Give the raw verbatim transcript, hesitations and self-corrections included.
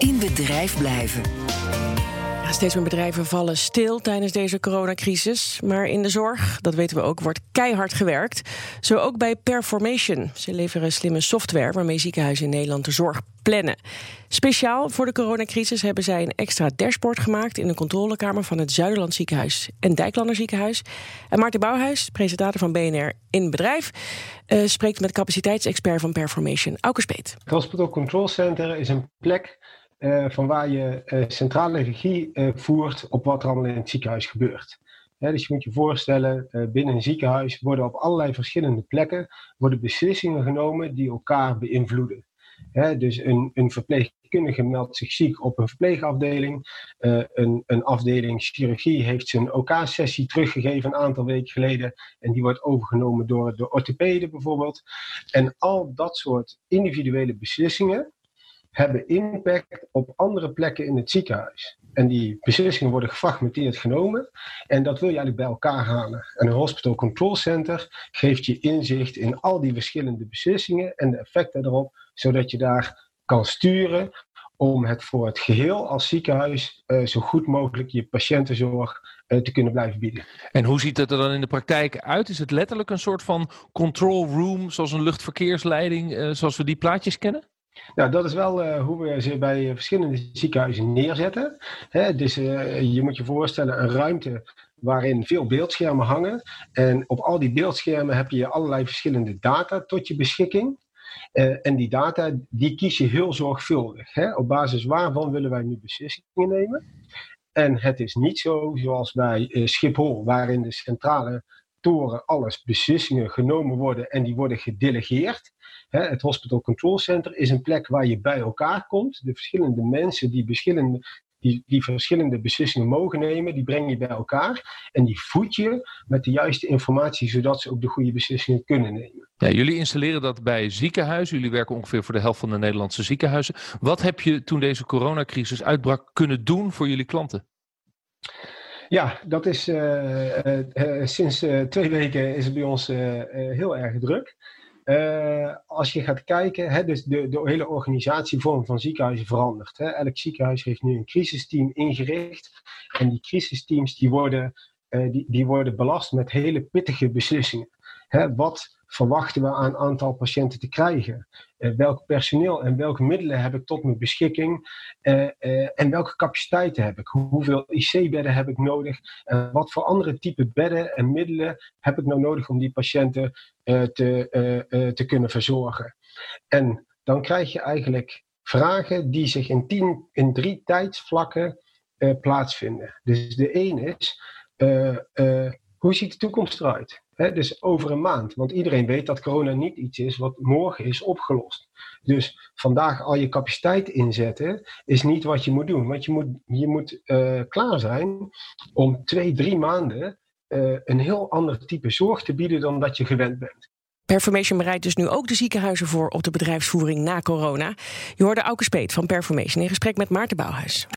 In bedrijf blijven. Ja, steeds meer bedrijven vallen stil tijdens deze coronacrisis. Maar in de zorg, dat weten we ook, wordt keihard gewerkt. Zo ook bij Performation. Ze leveren slimme software waarmee ziekenhuizen in Nederland de zorg plannen. Speciaal voor de coronacrisis hebben zij een extra dashboard gemaakt in de controlekamer van het Zuiderland Ziekenhuis en Dijklander Ziekenhuis. En Maarten Bouwhuis, presentator van B N R in Bedrijf, uh, spreekt met capaciteitsexpert van Performation, Auke Speet. Het Hospital Control Center is een plek uh, van waar je uh, centrale regie uh, voert op wat er allemaal in het ziekenhuis gebeurt. He, dus je moet je voorstellen, uh, binnen een ziekenhuis worden op allerlei verschillende plekken worden beslissingen genomen die elkaar beïnvloeden. He, dus een, een verpleegkundige meldt zich ziek op een verpleegafdeling. Uh, een, een afdeling chirurgie heeft zijn O K-sessie teruggegeven een aantal weken geleden. En die wordt overgenomen door de orthopeden bijvoorbeeld. En al dat soort individuele beslissingen hebben impact op andere plekken in het ziekenhuis. En die beslissingen worden gefragmenteerd genomen. En dat wil je eigenlijk bij elkaar halen. En een Hospital Control Center geeft je inzicht in al die verschillende beslissingen en de effecten erop, zodat je daar kan sturen om het voor het geheel als ziekenhuis uh, zo goed mogelijk je patiëntenzorg uh, te kunnen blijven bieden. En hoe ziet het er dan in de praktijk uit? Is het letterlijk een soort van control room, zoals een luchtverkeersleiding, uh, zoals we die plaatjes kennen? Nou, dat is wel uh, hoe we ze bij verschillende ziekenhuizen neerzetten. He, dus uh, je moet je voorstellen een ruimte waarin veel beeldschermen hangen. En op al die beeldschermen heb je allerlei verschillende data tot je beschikking. Uh, en die data, die kies je heel zorgvuldig. Hè? Op basis waarvan willen wij nu beslissingen nemen. En het is niet zo zoals bij uh, Schiphol, waarin de centrale toren alles beslissingen genomen worden en die worden gedelegeerd. He, het Hospital Control Center is een plek waar je bij elkaar komt. De verschillende mensen die, verschillende, die, die verschillende beslissingen mogen nemen, die breng je bij elkaar. En die voed je met de juiste informatie, zodat ze ook de goede beslissingen kunnen nemen. Ja, jullie installeren dat bij ziekenhuizen. Jullie werken ongeveer voor de helft van de Nederlandse ziekenhuizen. Wat heb je toen deze coronacrisis uitbrak kunnen doen voor jullie klanten? Ja, dat is uh, uh, uh, sinds uh, twee weken is het bij ons uh, uh, heel erg druk. Uh, als je gaat kijken, hè, dus de, de hele organisatievorm van ziekenhuizen verandert. Hè. Elk ziekenhuis heeft nu een crisisteam ingericht. En die crisisteams die worden, uh, die, die worden belast met hele pittige beslissingen. Hè, wat verwachten we aan aantal patiënten te krijgen? Uh, welk personeel en welke middelen heb ik tot mijn beschikking? Uh, uh, en welke capaciteiten heb ik? Hoeveel I C-bedden heb ik nodig? En wat voor andere type bedden en middelen heb ik nou nodig om die patiënten uh, te, uh, uh, te kunnen verzorgen? En dan krijg je eigenlijk vragen die zich in, tien, in drie tijdsvlakken uh, plaatsvinden. Dus de een is, uh, uh, hoe ziet de toekomst eruit? He, dus over een maand. Want iedereen weet dat corona niet iets is wat morgen is opgelost. Dus vandaag al je capaciteit inzetten is niet wat je moet doen. Want je moet, je moet uh, klaar zijn om twee, drie maanden uh, een heel ander type zorg te bieden dan dat je gewend bent. Performation bereidt dus nu ook de ziekenhuizen voor op de bedrijfsvoering na corona. Je hoorde Auke Speet van Performation in gesprek met Maarten Bouwhuis.